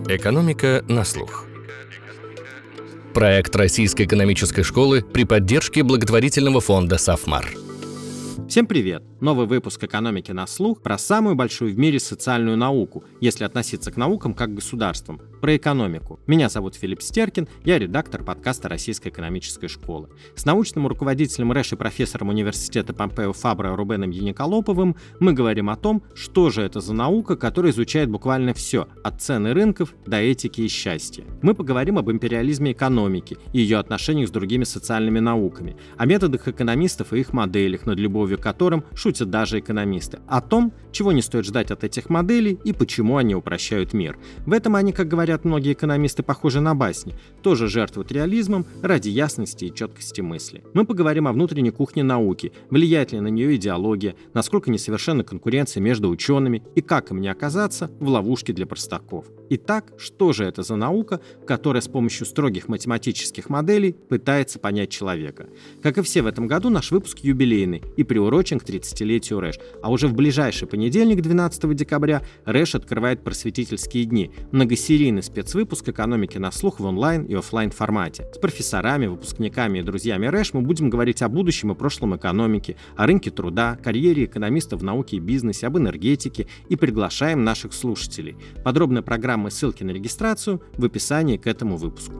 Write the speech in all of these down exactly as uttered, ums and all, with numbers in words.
Экономика на слух. Проект Российской экономической школы при поддержке благотворительного фонда «Сафмар». Всем привет! Новый выпуск «Экономики на слух» про самую большую в мире социальную науку, если относиться к наукам как к государствам, про экономику. Меня зовут Филипп Стеркин, я редактор подкаста Российской экономической школы. С научным руководителем РЭШ и профессором университета Помпео Фабро Рубеном Яниколоповым мы говорим о том, что же это за наука, которая изучает буквально все, от цены рынков до этики и счастья. Мы поговорим об империализме экономики и ее отношениях с другими социальными науками, о методах экономистов и их моделях, над любовью к которым шутят даже экономисты, о том, чего не стоит ждать от этих моделей и почему они упрощают мир. В этом они, как говорят многие экономисты, похожи на басни, тоже жертвуют реализмом ради ясности и четкости мысли. Мы поговорим о внутренней кухне науки, влияет ли на нее идеология, насколько несовершенна конкуренция между учеными и как им не оказаться в ловушке для простаков. Итак, что же это за наука, которая с помощью строгих математических моделей пытается понять человека? Как и все в этом году, наш выпуск юбилейный и приурочен к тридцатилетию РЭШ. А уже в ближайший понедельник, двенадцатого декабря, РЭШ открывает просветительские дни. Многосерийный спецвыпуск экономики на слух в онлайн и офлайн формате. С профессорами, выпускниками и друзьями РЭШ мы будем говорить о будущем и прошлом экономики, о рынке труда, карьере экономистов в науке и бизнесе, об энергетике и приглашаем наших слушателей. Подробная программа и ссылки на регистрацию в описании к этому выпуску.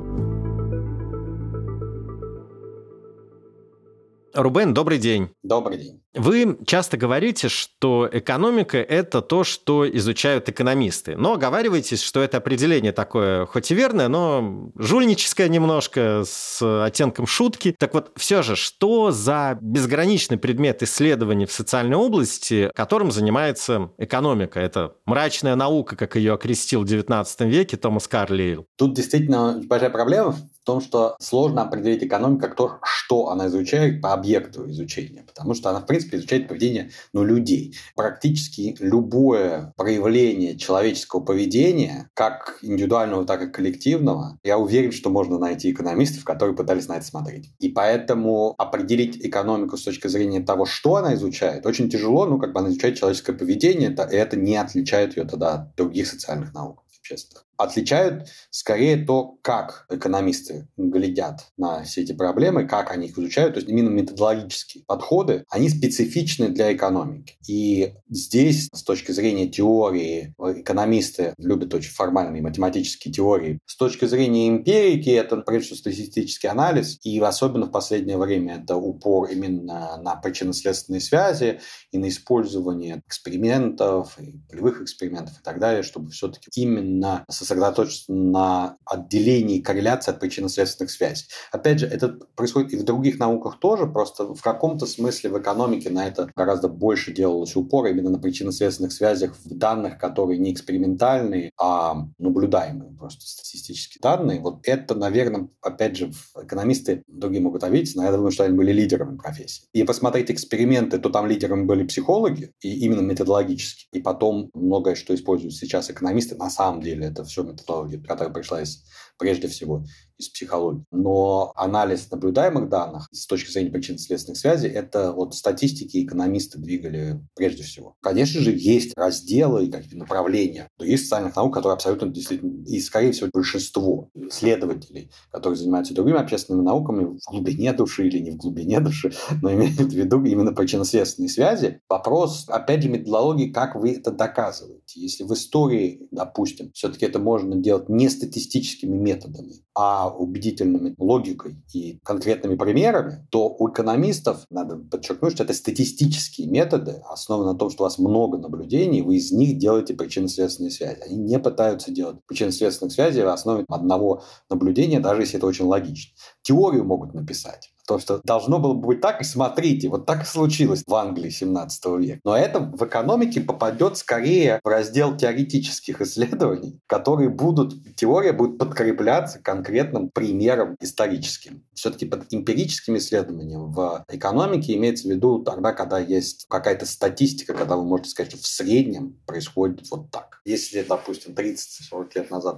Рубен, добрый день. Добрый день. Вы часто говорите, что экономика – это то, что изучают экономисты. Но оговариваетесь, что это определение такое, хоть и верное, но жульническое немножко, с оттенком шутки. Так вот, все же, что за безграничный предмет исследований в социальной области, которым занимается экономика? Это мрачная наука, как ее окрестил в девятнадцатом веке Томас Карлейл. Тут действительно большая проблема в том, что сложно определить экономику как то, что она изучает по объекту изучения, потому что она, в принципе, изучает поведение ну, людей. Практически любое проявление человеческого поведения, как индивидуального, так и коллективного, я уверен, что можно найти экономистов, которые пытались на это смотреть. И поэтому определить экономику с точки зрения того, что она изучает, очень тяжело, ну, как бы она изучает человеческое поведение, и это не отличает ее тогда от других социальных наук. Честно. Отличают скорее то, как экономисты глядят на все эти проблемы, как они их изучают. То есть именно методологические подходы, они специфичны для экономики. И здесь, с точки зрения теории, экономисты любят очень формальные математические теории. С точки зрения эмпирики, это, прежде всего, статистический анализ. И особенно в последнее время это упор именно на причинно-следственные связи и на использование экспериментов, и полевых экспериментов и так далее, чтобы все-таки именно сосредоточиться на отделении корреляции от причинно-следственных связей. Опять же, это происходит и в других науках тоже, просто в каком-то смысле в экономике на это гораздо больше делалось упор именно на причинно-следственных связях в данных, которые не экспериментальные, а наблюдаемые, просто статистические данные. Вот это, наверное, опять же, экономисты, другие могут обидеться, но я думаю, что они были лидерами профессии. И посмотреть эксперименты, то там лидерами были психологи, и именно методологически. И потом многое, что используют сейчас экономисты, на самом деле это все методология, которая пришла из, прежде всего из психологии. Но анализ наблюдаемых данных с точки зрения причинно-следственных связей, это вот статистики экономисты двигали прежде всего. Конечно же, есть разделы и какие-то направления, но есть социальных наук, которые абсолютно действительно, и скорее всего большинство исследователей, которые занимаются другими общественными науками в глубине души или не в глубине души, но имеют в виду именно причинно-следственные связи. Вопрос, опять же, методологии, как вы это доказываете. Если в истории, допустим, все-таки это можно делать не статистическими методами, а убедительными логикой и конкретными примерами, то у экономистов, надо подчеркнуть, что это статистические методы, основаны на том, что у вас много наблюдений, вы из них делаете причинно-следственные связи. Они не пытаются делать причинно-следственных связей в основе одного наблюдения, даже если это очень логично. Теорию могут написать. То, что должно было быть так, и смотрите, вот так и случилось в Англии семнадцатого века. Но это в экономике попадет скорее в раздел теоретических исследований, которые будут, теория будет подкрепляться конкретным примером историческим. Все-таки под эмпирическим исследованием в экономике имеется в виду тогда, когда есть какая-то статистика, когда вы можете сказать, что в среднем происходит вот так. Если, допустим, тридцать-сорок лет назад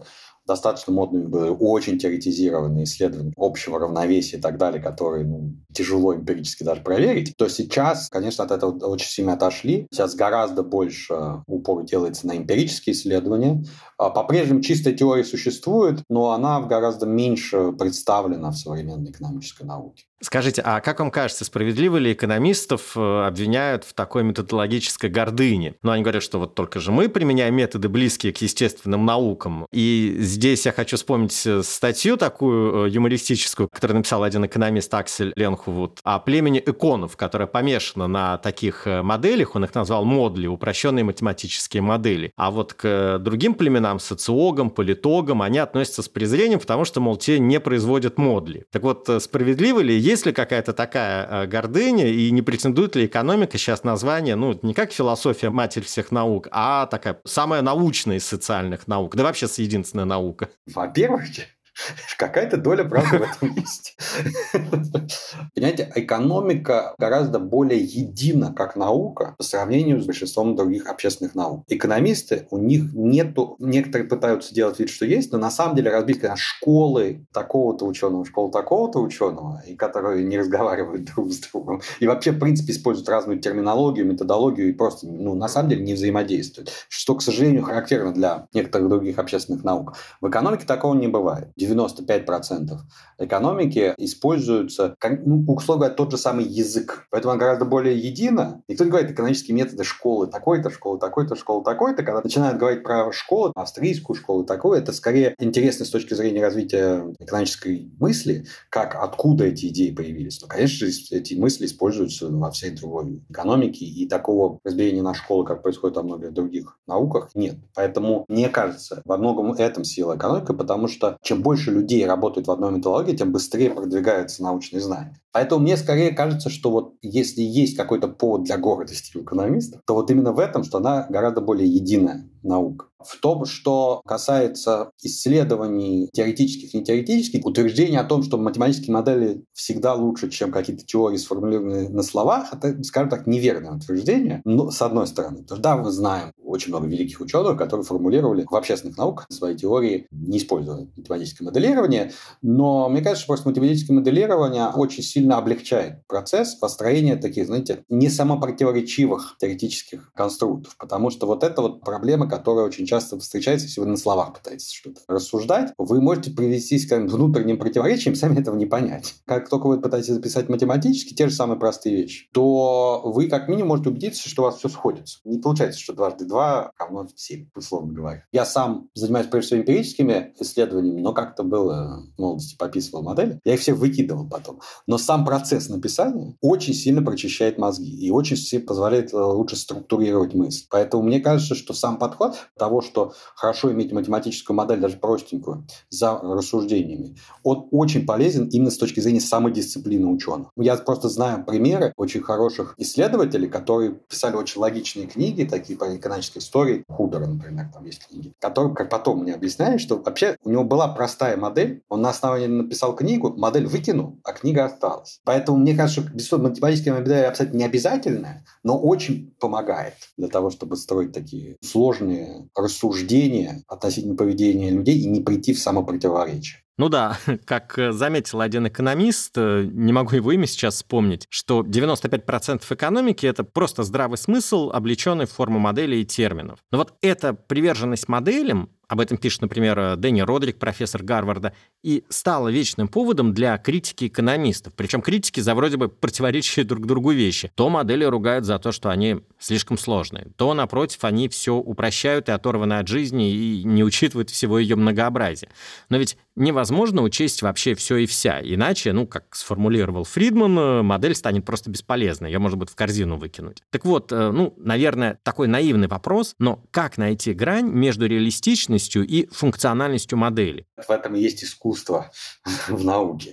достаточно модными были очень теоретизированные исследования общего равновесия и так далее, которые ну, тяжело эмпирически даже проверить, то сейчас, конечно, от этого очень сильно отошли. Сейчас гораздо больше упор делается на эмпирические исследования. По-прежнему чистая теория существует, но она гораздо меньше представлена в современной экономической науке. Скажите, а как вам кажется, справедливо ли экономистов обвиняют в такой методологической гордыне? Ну, они говорят, что вот только же мы применяем методы, близкие к естественным наукам. И здесь я хочу вспомнить статью такую юмористическую, которую написал один экономист Аксель Ленхувуд о племени эконов, которое помешано на таких моделях. Он их назвал модли, упрощенные математические модели. А вот к другим племенам, социологам, политологам, они относятся с презрением, потому что, мол, те не производят модли. Так вот, справедливо ли, есть ли какая-то такая гордыня, и не претендует ли экономика сейчас название, ну, не как философия матерь всех наук, а такая самая научная из социальных наук, да вообще единственная наука? Во-первых, какая-то доля правды в этом есть. Понимаете, экономика гораздо более едина как наука по сравнению с большинством других общественных наук. Экономисты, у них нету, некоторые пытаются делать вид, что есть, но на самом деле разбить на школы такого-то ученого, школы такого-то ученого, и которые не разговаривают друг с другом, и вообще, в принципе, используют разную терминологию, методологию, и просто, ну, на самом деле не взаимодействуют. Что, к сожалению, характерно для некоторых других общественных наук. В экономике такого не бывает. девяносто пять процентов экономики используются, ну, условно говоря, тот же самый язык. Поэтому она гораздо более едина. Никто не говорит экономические методы школы такой-то, школы такой-то, школы такой-то. Когда начинают говорить про школу, австрийскую школу такую, это скорее интересно с точки зрения развития экономической мысли, как откуда эти идеи появились. Но, конечно, эти мысли используются во всей другой экономике, и такого разбиения на школы, как происходит во многих других науках, нет. Поэтому, мне кажется, во многом этом сила экономика, потому что чем больше людей работают в одной методологии, тем быстрее продвигаются научные знания. Поэтому мне скорее кажется, что вот если есть какой-то повод для гордости у экономистов, то вот именно в этом, что она гораздо более единая наука. В том, что касается исследований теоретических и нетеоретических, утверждение о том, что математические модели всегда лучше, чем какие-то теории, сформулированные на словах, это, скажем так, неверное утверждение. Но, с одной стороны, потому что, да, мы знаем очень много великих ученых, которые формулировали в общественных науках свои теории, не используя математическое моделирование, но мне кажется, что просто математическое моделирование очень сильно облегчает процесс построения таких, знаете, не самопротиворечивых теоретических конструктов, потому что вот это вот проблема, которая очень часто встречается, если вы на словах пытаетесь что-то рассуждать, вы можете привести к внутренним противоречиям, сами этого не понять. Как только вы пытаетесь записать математически те же самые простые вещи, то вы как минимум можете убедиться, что у вас все сходится. Не получается, что дважды два равно семь, условно говоря. Я сам занимаюсь прежде всего эмпирическими исследованиями, но как-то было в молодости пописывал модели. Я их все выкидывал потом. Но сам процесс написания очень сильно прочищает мозги и очень сильно позволяет лучше структурировать мысль. Поэтому мне кажется, что сам подход того, что хорошо иметь математическую модель, даже простенькую, за рассуждениями, он очень полезен именно с точки зрения самодисциплины ученых. Я просто знаю примеры очень хороших исследователей, которые писали очень логичные книги, такие по экономической истории. Худера, например, там есть книги, которые, как потом мне объясняют, что вообще у него была простая модель, он на основании написал книгу, модель выкинул, а книга осталась. Поэтому мне кажется, что безусловно, математическая модель абсолютно не обязательная, но очень помогает для того, чтобы строить такие сложные рассуждения относительно поведения людей и не прийти в самопротиворечие. Ну да, как заметил один экономист, не могу его имя сейчас вспомнить, что девяносто пять процентов экономики – это просто здравый смысл, облеченный в форму моделей и терминов. Но вот эта приверженность моделям, об этом пишет, например, Дэнни Родрик, профессор Гарварда, и стала вечным поводом для критики экономистов. Причем критики за вроде бы противоречащие друг другу вещи. То модели ругают за то, что они слишком сложные, то, напротив, они все упрощают и оторваны от жизни и не учитывают всего ее многообразия. Но ведь невозможно учесть вообще все и вся. Иначе, ну, как сформулировал Фридман, модель станет просто бесполезной. Ее можно будет в корзину выкинуть. Так вот, ну, наверное, такой наивный вопрос, но как найти грань между реалистичностью и функциональностью модели? В этом и есть искусство в науке.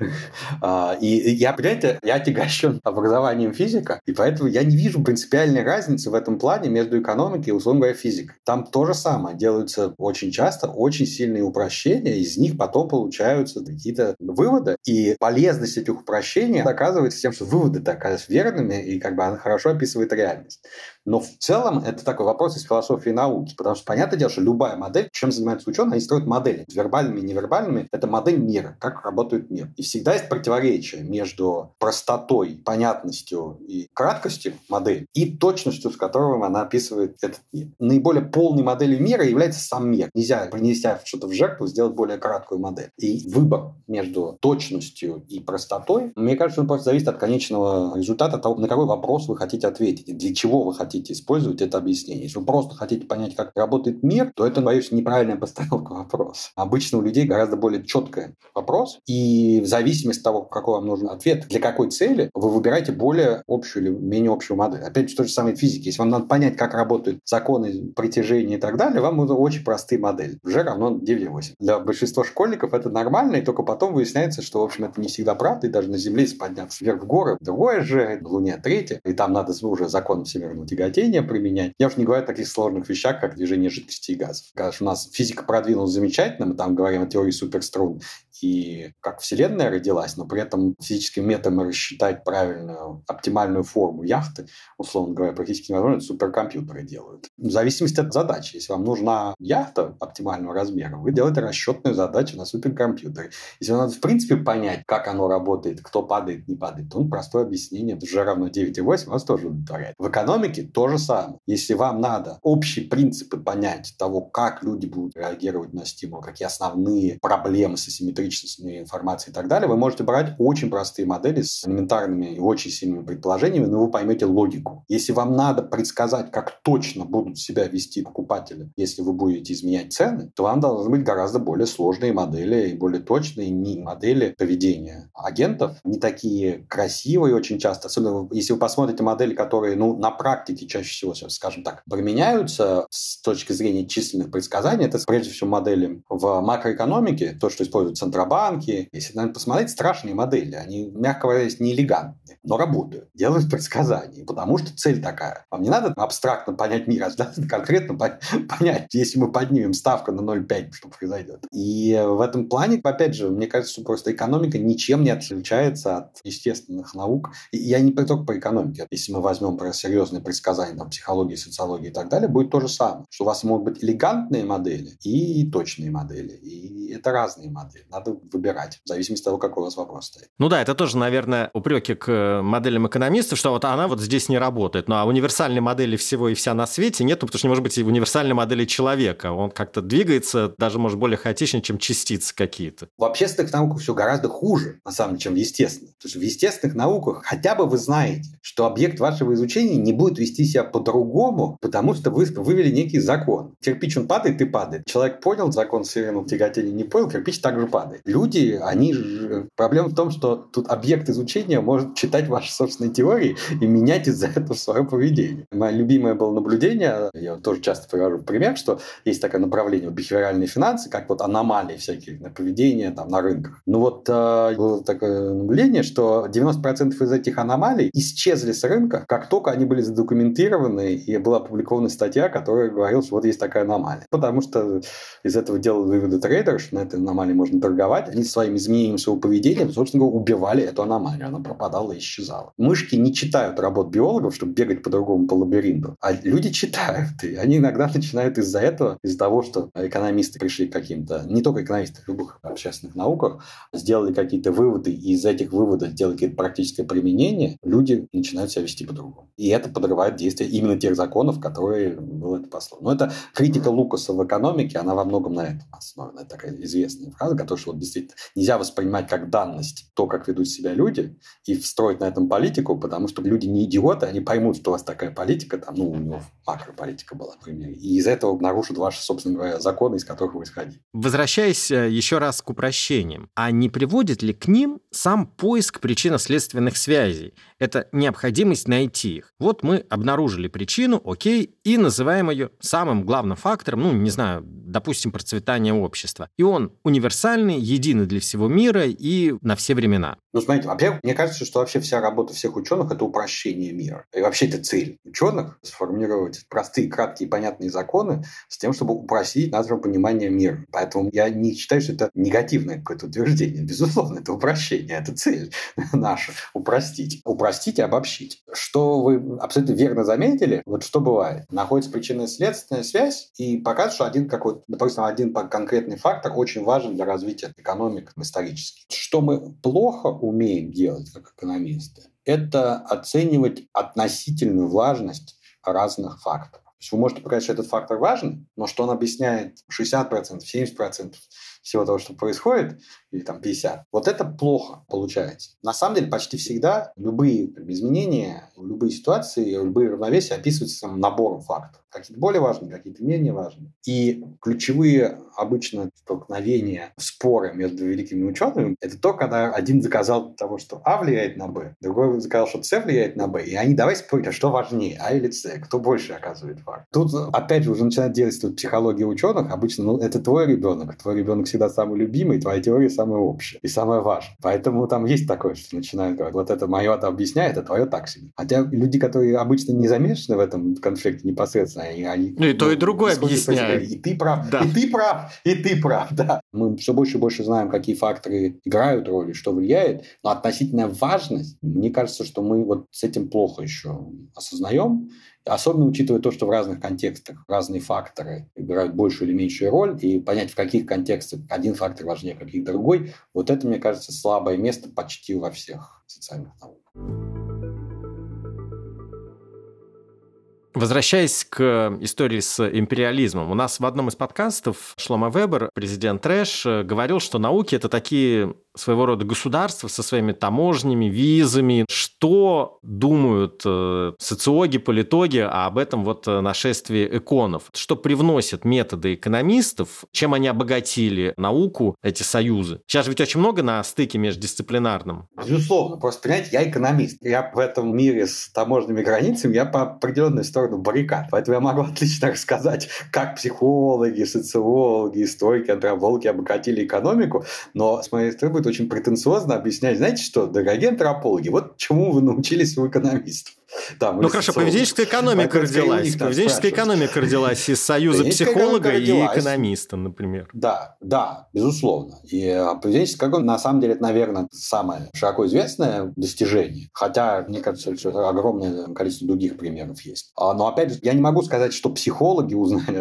И я, понимаете, я отягощен образованием физика, и поэтому я не вижу принципиальной разницы в этом плане между экономикой и, условно говоря, физикой. Там то же самое. Делаются очень часто очень сильные упрощения, из них потом получаются какие-то выводы, и полезность этих упрощений оказывается тем, что выводы оказываются верными, и как бы она хорошо описывает реальность. Но в целом это такой вопрос из философии науки, потому что понятное дело, что любая модель, чем занимаются ученые, они строят модели. Вербальными и невербальными – это модель мира, как работает мир. И всегда есть противоречие между простотой, понятностью и краткостью модели и точностью, с которой она описывает этот мир. Наиболее полной моделью мира является сам мир. Нельзя, принеся что-то в жертву, сделать более краткую модель. И выбор между точностью и простотой, мне кажется, он просто зависит от конечного результата, того, на какой вопрос вы хотите ответить, и для чего вы хотите использовать это объяснение. Если вы просто хотите понять, как работает мир, то это, боюсь, неправильная постановка вопроса. Обычно у людей гораздо более четкий вопрос, и в зависимости от того, какой вам нужен ответ, для какой цели, вы выбираете более общую или менее общую модель. Опять же, то же самое в физике. Если вам надо понять, как работают законы притяжения и так далее, вам нужны очень простые модели. G равно девять восемь. Для большинства школьников это нормально, и только потом выясняется, что, в общем, это не всегда правда, и даже на Земле, если подняться вверх в горы, другое же, на Луне третье, и там надо уже закон всемирного тяготения применять. Я уж не говорю о таких сложных вещах, как движение жидкости и газов. Конечно, у нас физика продвинулась замечательно, мы там говорим о теории суперструн и как Вселенная родилась, но при этом физическим методом рассчитать правильную, оптимальную форму яхты, условно говоря, практически невозможно, это суперкомпьютеры делают. В зависимости от задачи. Если вам нужна яхта оптимального размера, вы делаете расчетную задачу на суперкомпьютере. Если вам надо, в принципе, понять, как оно работает, кто падает, не падает, то простое объяснение, G равно девять восемь, вас тоже удовлетворяет. В экономике то же самое. Если вам надо общие принципы понять того, как люди будут реагировать на стимул, какие основные проблемы с асимметричностью информации и так далее, вы можете брать очень простые модели с элементарными и очень сильными предположениями, но вы поймете логику. Если вам надо предсказать, как точно будут себя вести покупатели, если вы будете изменять цены, то вам должны быть гораздо более сложные модели и более точные модели поведения агентов, не такие красивые очень часто, особенно если вы посмотрите модели, которые ну, на практике чаще всего, скажем так, применяются с точки зрения численных предсказаний. Это, прежде всего, модели в макроэкономике, то, что используют центробанки. Если, наверное, посмотреть, страшные модели. Они, мягко говоря, неэлегантные, но работают, делают предсказания, потому что цель такая. Вам не надо абстрактно понять мир, а надо конкретно понять, если мы поднимем ставку на ноль целых пять десятых, что произойдет. И в этом плане, опять же, мне кажется, что просто экономика ничем не отличается от естественных наук. И я не только по экономике. Если мы возьмем про серьезные предсказания там, психологии, социологии и так далее, будет то же самое. Что у вас могут быть элегантные модели и точные модели. И это разные модели. Надо выбирать, в зависимости от того, какой у вас вопрос стоит. Ну да, это тоже, наверное, упреки к моделям экономистов, что вот она вот здесь не работает. Ну а универсальной модели всего и вся на свете нет, потому что не может быть и универсальной модели человека. Он как-то двигается, даже, может, более хаотично, чем частицы какие-то. В общественных науках все гораздо хуже, на самом деле, чем в естественных. Потому что в естественных науках хотя бы вы знаете, что объект вашего изучения не будет вести себя по-другому, потому что вы вывели некий закон. Кирпич, он падает и падает. Человек понял закон всемирного тяготения, не понял, кирпич также падает. Люди, они же... Проблема в том, что тут объект изучения может читать ваши собственные теории и менять из-за этого свое поведение. Мое любимое было наблюдение, я тоже часто привожу пример, что есть такое направление бихевиоральные финансы, как вот аномалии всякие на поведение там, на рынках. Ну вот э, было такое наблюдение, что девяносто процентов из этих аномалий исчезли с рынка, как только они были задокументированы, и была опубликована статья, которая говорила, что вот есть такая аномалия. Потому что из этого делали выводы трейдеры, что на этой аномалии можно торговать. Они своим изменением своего поведения, собственно говоря, убивали эту аномалию. Она пропадала и исчезала. Мышки не читают работ биологов, чтобы бегать по-другому по лабиринту. А люди читают. И они иногда начинают из-за этого, из-за того, что экономисты пришли к каким-то, не только экономисты, в любых общественных науках, сделали какие-то выводы, и из этих выводов сделали какие-то практическое применение, люди начинают себя вести по-другому. И это подрывает действие именно тех законов, которые было это посло. Но это критика Лукаса в экономике, она во многом на этом основана. Это такая известная фраза, которая, что вот действительно нельзя воспринимать как данность то, как ведут себя люди, и встроить на этом политику, потому что люди не идиоты, они поймут, что у вас такая политика, там, ну, у него макрополитика была, например, и из-за этого нарушат ваши, собственно говоря, законы, из которых вы исходите. Возвращаясь еще раз к упрощениям, а не приводит ли к ним сам поиск причинно-следственных связей? Это необходимость найти их. Вот мы обнаружили причину, окей, и называем ее самым главным фактором, ну, не знаю, допустим, процветания общества. общества. И он универсальный, единый для всего мира и на все времена. Ну, смотрите, во-первых, мне кажется, что вообще вся работа всех ученых – это упрощение мира. И вообще это цель ученых – сформулировать простые, краткие, понятные законы с тем, чтобы упростить наше понимание мира. Поэтому я не считаю, что это негативное какое-то утверждение. Безусловно, это упрощение, это цель наша – упростить. Упростить и обобщить. Что вы абсолютно верно заметили, вот что бывает. Находится причинно-следственная связь и показывает, что один какой-то, допустим, один конкретный фактор очень важен для развития экономик исторически. Что мы плохо умеем делать как экономисты, это оценивать относительную важность разных факторов. То есть вы можете показать, что этот фактор важен, но что он объясняет шестьдесят процентов, семьдесят процентов всего того, что происходит, или там пятьдесят процентов, вот это плохо получается. На самом деле почти всегда любые изменения, любые ситуации, любые равновесия описываются набором факторов. Какие-то более важные, какие-то менее важные. И ключевые обычно столкновения, споры между великими учеными, это то, когда один доказал того, что А влияет на Б, другой доказал, что С влияет на Б, и они давай спорить, а что важнее, А или С, кто больше оказывает факт. Тут, опять же, уже начинает действовать психология ученых. Обычно, ну, это твой ребенок, твой ребенок всегда самый любимый, твоя теория самая общая и самая важная. Поэтому там есть такое, что начинают говорить, вот это мое это объясняет, а твое так себе. Хотя люди, которые обычно не замешаны в этом конфликте непосредственно, они, они ну и то, ну, и другое объясняют. И ты прав, да. и ты прав, и ты прав, да. Мы все больше и больше знаем, какие факторы играют роль, что влияет, но относительная важность, мне кажется, что мы вот с этим плохо еще осознаем, особенно учитывая то, что в разных контекстах разные факторы играют большую или меньшую роль, и понять, в каких контекстах один фактор важнее, а каких другой, вот это, мне кажется, слабое место почти во всех социальных науках. Возвращаясь к истории с империализмом, у нас в одном из подкастов Шломо Вебер, президент Трэш, говорил, что науки – это такие своего рода государства со своими таможнями, визами. Что думают социологи, политологи об этом вот нашествии эконов? Что привносят методы экономистов? Чем они обогатили науку, эти союзы? Сейчас же ведь очень много на стыке междисциплинарном. Безусловно. Просто, понимаете, я экономист. Я в этом мире с таможенными границами, я по определенной стороне баррикад. Поэтому я могу отлично рассказать, как психологи, социологи, историки, антропологи обогатили экономику, но с моей стороны будет очень претенциозно объяснять, знаете что, дорогие антропологи, вот чему вы научились у экономистов. Там, ну хорошо, поведенческая экономика родилась. Поведенческая экономика родилась из союза психолога и экономиста, например. Да, да, безусловно. И поведенческая экономика, на самом деле, это, наверное, самое широко известное достижение. Хотя, мне кажется, что огромное количество других примеров есть. Но, опять же, я не могу сказать, что психологи узнали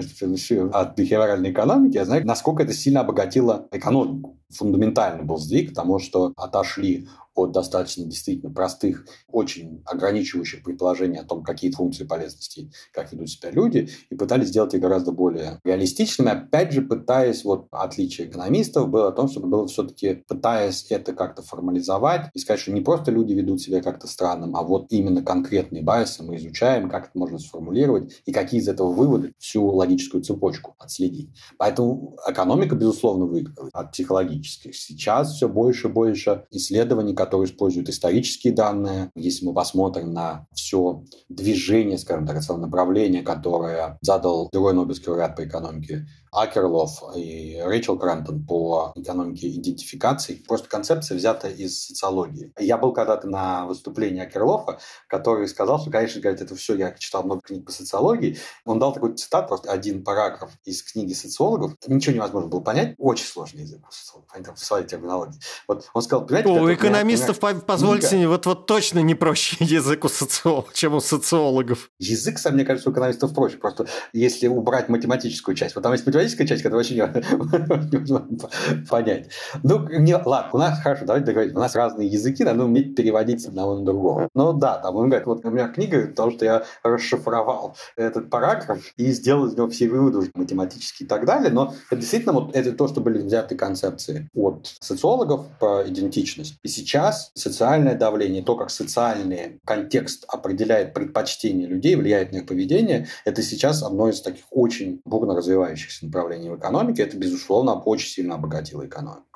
от бихевиоральной экономики, я знаю, насколько это сильно обогатило экономику. Фундаментальный был сдвиг к тому, что отошли от достаточно действительно простых, очень ограничивающих предположений о том, какие функции полезности, как ведут себя люди, и пытались сделать их гораздо более реалистичными. Опять же, пытаясь, вот отличие экономистов было о том, чтобы было все-таки, пытаясь это как-то формализовать и сказать, что не просто люди ведут себя как-то странным, а вот именно конкретные байсы мы изучаем, как это можно сформулировать, и какие из этого выводы всю логическую цепочку отследить. Поэтому экономика, безусловно, выиграла от психологических. Сейчас все больше и больше исследований, которые используют исторические данные. Если мы посмотрим на все движение, скажем так, целое направление, которое задал другой Нобелевский лауреат по экономике Акерлов и Рэйчел Крантон по экономике идентификации. Просто концепция взята из социологии. Я был когда-то на выступлении Акерлофа, который сказал, что, конечно, говорит, это все, я читал много книг по социологии. Он дал такой цитат, просто один параграф из книги социологов. Ничего невозможно было понять. Очень сложный язык у социологов. Они там в своей терминологии. Вот он сказал, понимаете... У экономистов, меня, позвольте, книга... вот, вот точно не проще язык у социологов, чем у социологов. Язык, сам, мне кажется, у экономистов проще. Просто если убрать математическую часть. Вот там есть математическая часть, которую вообще невозможно понять. Ну, не, ладно, у нас, хорошо, давайте договоримся. У нас разные языки, надо уметь переводить с одного на другого. Ну да, там он говорит, вот у меня книга, потому что я расшифровал этот параграф и сделал из него все выводы математические и так далее. Но это действительно вот это то, что были взяты концепции от социологов по идентичности. И сейчас социальное давление, то, как социальный контекст определяет предпочтения людей, влияет на их поведение, это сейчас одно из таких очень бурно развивающихся направлений в экономике. Это, безусловно, очень сильно обогатило экономику.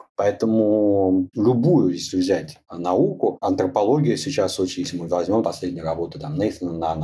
Поэтому любую, если взять науку, антропология сейчас очень, если мы возьмем последние работы там, Нейтана Нана,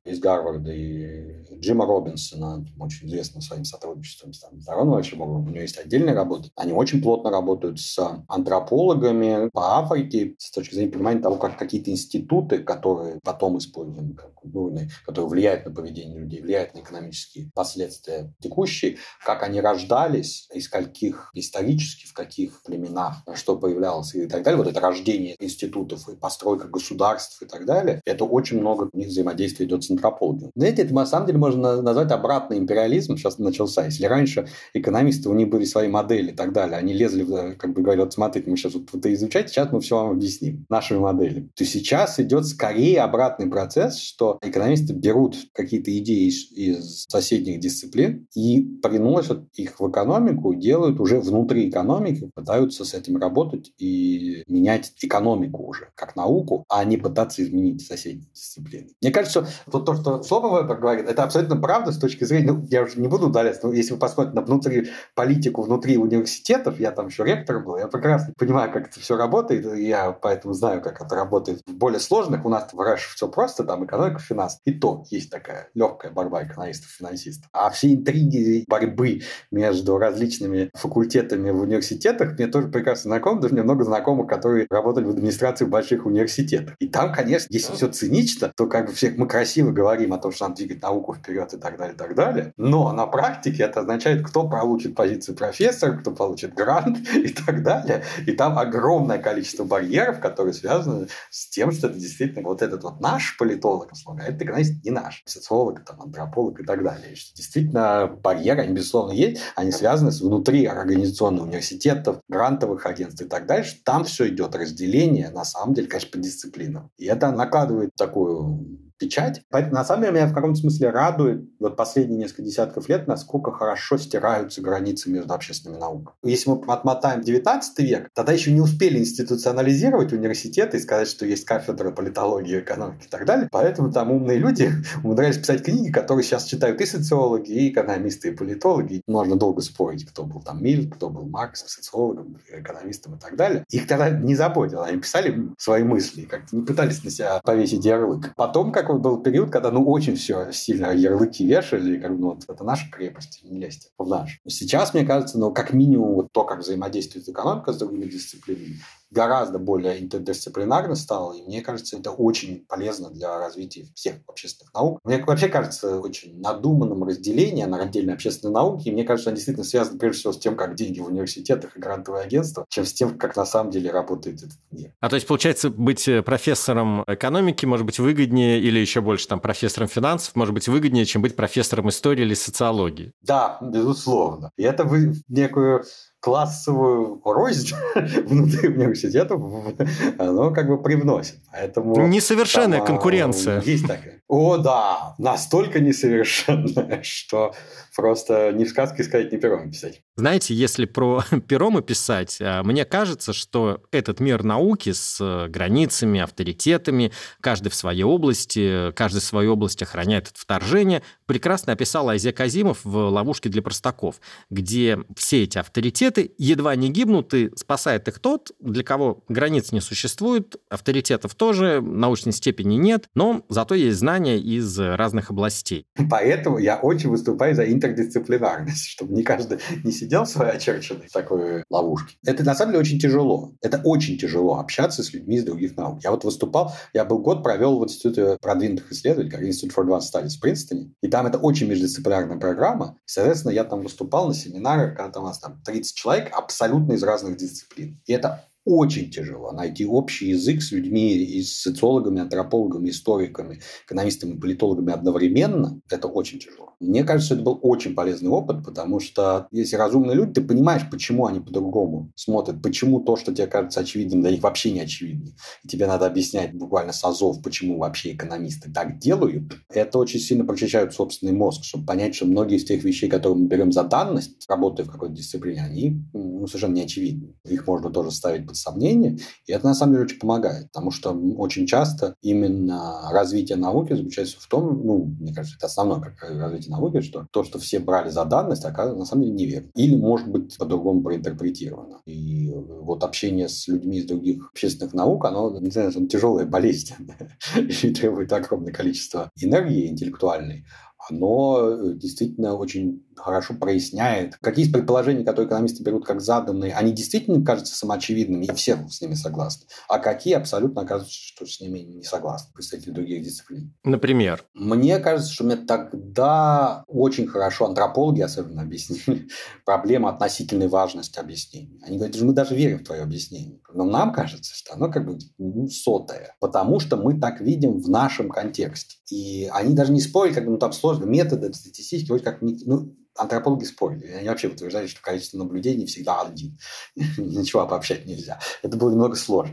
из Гарварда, и Джима Робинсона, очень известного своим сотрудничеством с там, Ароновичем, у него есть отдельная работа. Они очень плотно работают с антропологами по Африке с точки зрения понимания того, как какие-то институты, которые потом используем как культурные, которые влияют на поведение людей, влияют на экономические последствия текущие, как они рождались, из каких исторически, в каких племенах, что появлялось и так далее. Вот это рождение институтов и постройка государств и так далее, это очень много у них взаимодействия идет с антропологией. Знаете, это на самом деле можно назвать обратный империализм сейчас начался. Если раньше экономисты, у них были свои модели и так далее, они лезли, в, как бы говорили, вот смотрите, мы сейчас вот это изучаете, сейчас мы все вам объясним нашими моделями. То сейчас идет скорее обратный процесс, что экономисты берут какие-то идеи из, из соседних дисциплин и приносят их в экономику, делают уже внутри экономики, пытаются с этим работать и менять экономику уже как науку, а не пытаться изменить соседние дисциплины. Мне кажется, вот то, что Слово Вебер говорит, это абсолютно правда с точки зрения, ну, я уже не буду удаляться, но если вы посмотрите на внутри, политику внутри университетов, я там еще ректором был, я прекрасно понимаю, как это все работает, и я поэтому знаю, как это работает в более сложных. У нас в РЭШ все просто, там экономика, финансы. И то есть такая легкая борьба экономистов и финансистов. А все интриги борьбы между различными факультетами в университетах мне тоже прекрасно знакомы, даже мне много знакомых, которые работали в администрации больших университетов. И там, конечно, если все цинично, то как бы все мы красиво говорим о том, что надо двигать науку вперед и так далее, и так далее. Но на практике это означает, кто получит позицию профессора, кто получит грант и так далее. И там огромное количество барьеров, которые связаны с тем, что это действительно вот этот вот наш политолог, а это экономист не наш, социолог, там, антрополог и так далее. И что действительно барьеры, они, безусловно, есть, они связаны с внутри организационных университетов, грантовых агентств и так далее. Там все идет разделение, на самом деле, конечно, по дисциплинам. И это накладывает такую печать. Поэтому, на самом деле, меня в каком-то смысле радует вот последние несколько десятков лет, насколько хорошо стираются границы между общественными науками. Если мы отмотаем девятнадцатый век, тогда еще не успели институционализировать университеты и сказать, что есть кафедра политологии, экономики и так далее. Поэтому там умные люди умудрялись писать книги, которые сейчас читают и социологи, и экономисты, и политологи. Можно долго спорить, кто был там Миль, кто был Маркс, социологом, экономистом и так далее. Их тогда не заботило. Они писали свои мысли, как-то не пытались на себя повесить ярлык. Потом, как был период, когда ну очень все сильно ярлыки вешали, как бы, ну, вот, это наша крепость, не лезьте в наш. Сейчас, мне кажется, ну, как минимум, вот то, как взаимодействует экономика с другими дисциплинами, гораздо более интердисциплинарно стало, и мне кажется, это очень полезно для развития всех общественных наук. Мне вообще кажется очень надуманным разделение на отдельные общественные науки, и мне кажется, они действительно связаны прежде всего с тем, как деньги в университетах и грантовые агентства, чем с тем, как на самом деле работает этот мир. А то есть, получается, быть профессором экономики может быть выгоднее, или еще больше там профессором финансов, может быть выгоднее, чем быть профессором истории или социологии? Да, безусловно. И это вы некую классовую рознь внутри университетов, оно как бы привносит. Поэтому несовершенная там, конкуренция. Есть такая. О, да, настолько несовершенная, что просто ни в сказке сказать, ни пером писать. Знаете, если про пером и писать, мне кажется, что этот мир науки с границами, авторитетами, каждый в своей области, каждый в своей области охраняет от вторжения, прекрасно описал Айзек Азимов в «Ловушке для простаков», где все эти авторитеты едва не гибнут, и спасает их тот, для кого границ не существует, авторитетов тоже, научной степени нет, но зато есть знания из разных областей. Поэтому я очень выступаю за интердисциплинарность, чтобы не каждый не сидел в своей очерченной такой ловушке. Это на самом деле очень тяжело. Это очень тяжело общаться с людьми из других наук. Я вот выступал, я был год провел в Институте продвинутых исследований, как Institute for Advanced Studies в Принстоне, и там это очень междисциплинарная программа. Соответственно, я там выступал на семинарах, когда у нас там тридцать человек абсолютно из разных дисциплин. И это очень тяжело найти общий язык с людьми, и с социологами, антропологами, историками, экономистами, политологами одновременно. Это очень тяжело. Мне кажется, это был очень полезный опыт, потому что если разумные люди, ты понимаешь, почему они по-другому смотрят, почему то, что тебе кажется очевидным, для них вообще не очевидно. И тебе надо объяснять буквально с азов, почему вообще экономисты так делают. Это очень сильно прочищает собственный мозг, чтобы понять, что многие из тех вещей, которые мы берем за данность, работая в какой-то дисциплине, они ну, совершенно не очевидны. Их можно тоже ставить под высказывать сомнения, и это на самом деле очень помогает, потому что очень часто именно развитие науки заключается в том, ну, мне кажется, это основное как развитие науки, что то, что все брали за данность, оказывается на самом деле неверно. Или, может быть, по-другому проинтерпретировано. И вот общение с людьми из других общественных наук, оно, не знаю, тяжелая болезнь и требует огромное количество энергии интеллектуальной, оно действительно очень хорошо проясняет, какие из предположений, которые экономисты берут как заданные, они действительно кажутся самоочевидными, и все с ними согласны, а какие абсолютно оказывается, что с ними не согласны представители других дисциплин. Например? Мне кажется, что мне тогда очень хорошо антропологи особенно объяснили проблему относительной важности объяснений. Они говорят, что мы даже верим в твое объяснение, но нам кажется, что оно как бы ну, сотое, потому что мы так видим в нашем контексте. И они даже не спорили, как бы, ну, там сложно, методы статистические, вроде как, ну, антропологи спорили. Они вообще утверждали, что количество наблюдений всегда один. Ничего обобщать нельзя. Это было немного сложно.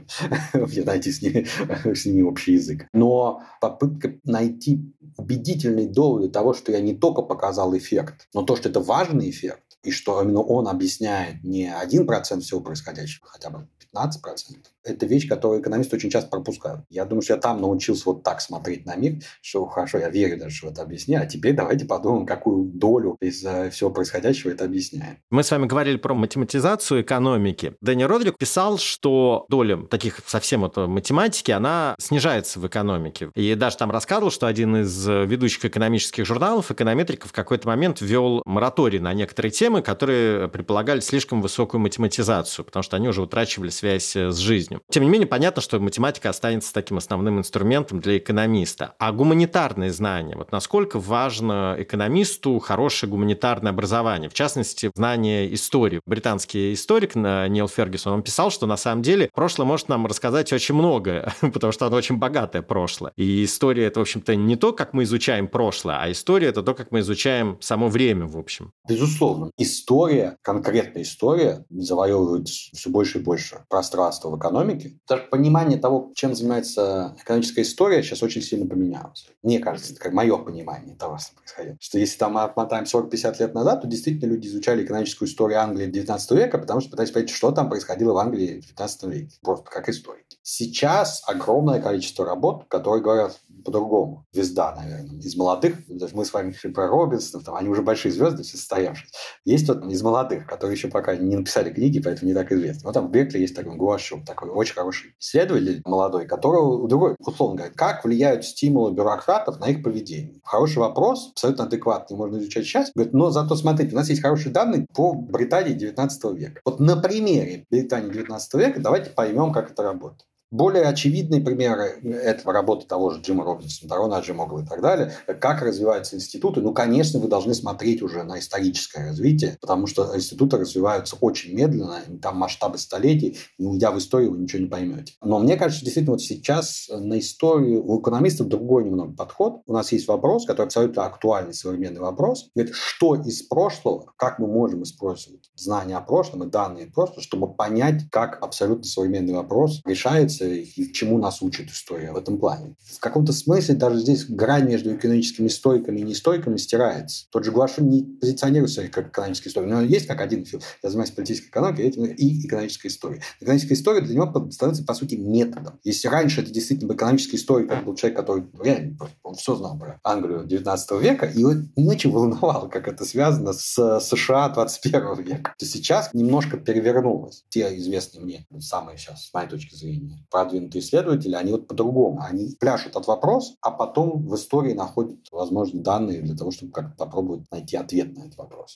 Найти с ними, с ними общий язык. Но попытка найти убедительные доводы того, что я не только показал эффект, но то, что это важный эффект, и что именно он объясняет не один процент всего происходящего, хотя бы пятнадцать процентов, это вещь, которую экономисты очень часто пропускают. Я думаю, что я там научился вот так смотреть на мир, что хорошо, я верю даже, что это объясняю, а теперь давайте подумаем, какую долю из всего происходящего это объясняет. Мы с вами говорили про математизацию экономики. Дэнни Родрик писал, что доля таких совсем вот математики, она снижается в экономике. И даже там рассказывал, что один из ведущих экономических журналов, эконометриков, в какой-то момент ввел мораторий на некоторые темы, которые предполагали слишком высокую математизацию, потому что они уже утрачивали связь с жизнью. Тем не менее, понятно, что математика останется таким основным инструментом для экономиста. А гуманитарные знания, вот насколько важно экономисту хорошее гуманитарное образование, в частности, знание истории. Британский историк Нил Фергюсон, он писал, что на самом деле прошлое может нам рассказать очень многое, потому что оно очень богатое прошлое. И история — это, в общем-то, не то, как мы изучаем прошлое, а история — это то, как мы изучаем само время, в общем. Безусловно. История, конкретная история, завоевывает все больше и больше пространства в экономике. Даже понимание того, чем занимается экономическая история, сейчас очень сильно поменялось. Мне кажется, это как мое понимание того, что происходит. Что если там мы отмотаем сорок-пятьдесят лет назад, то действительно люди изучали экономическую историю Англии девятнадцатого века, потому что пытались понять, что там происходило в Англии в девятнадцатом веке. Просто как историки. Сейчас огромное количество работ, которые говорят по-другому. Звезда, наверное, из молодых. Даже мы с вами пишем про Робинсона, там, они уже большие звезды, все состоявшиеся. Есть вот из молодых, которые еще пока не написали книги, поэтому не так известны. Вот там в Беркли есть такой Гуашев, такой очень хороший исследователь молодой, которого другой, условно говоря, как влияют стимулы бюрократов на их поведение. Хороший вопрос, абсолютно адекватный, можно изучать сейчас. Говорит, но зато смотрите, у нас есть хорошие данные по Британии девятнадцатого века. Вот на примере Британии девятнадцатого века давайте поймем, как это работает. Более очевидные примеры – это работы того же Джима Робинсона, Дарона Аджимогла и так далее. Как развиваются институты? Ну, конечно, вы должны смотреть уже на историческое развитие, потому что институты развиваются очень медленно, там масштабы столетий, и уйдя в историю, вы ничего не поймете. Но мне кажется, действительно, вот сейчас на историю у экономистов другой немного подход. У нас есть вопрос, который абсолютно актуальный современный вопрос. Говорит, что из прошлого, как мы можем использовать знания о прошлом и данные о прошлом, чтобы понять, как абсолютно современный вопрос решается и к чему нас учит история в этом плане. В каком-то смысле даже здесь грань между экономическими историками и неисториками стирается. Тот же Гуашин не позиционирует себя как экономический историк, но есть как один фил. Я занимаюсь политической экономикой и экономической историей. Экономическая история для него становится, по сути, методом. Если раньше это действительно был экономический историк, это был человек, который реально он все знал про Англию девятнадцатого века, и его не очень волновало, как это связано с США двадцать первого века. То сейчас немножко перевернулось. Те известные мне, самые сейчас, с моей точки зрения, продвинутые исследователи, они вот по-другому. Они пляшут от вопроса, а потом в истории находят, возможно, данные для того, чтобы как-то попробовать найти ответ на этот вопрос.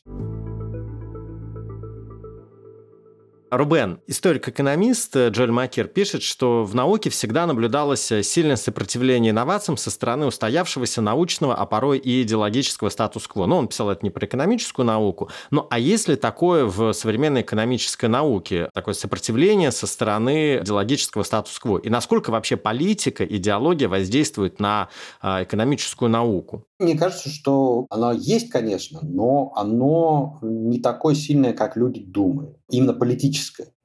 Рубен, историк-экономист Джоэль Маккер пишет, что в науке всегда наблюдалось сильное сопротивление инновациям со стороны устоявшегося научного, а порой и идеологического статус-кво. Ну, он писал это не про экономическую науку. Ну, а есть ли такое в современной экономической науке, такое сопротивление со стороны идеологического статус-кво? И насколько вообще политика, идеология воздействует на экономическую науку? Мне кажется, что оно есть, конечно, но оно не такое сильное, как люди думают. Именно политическое.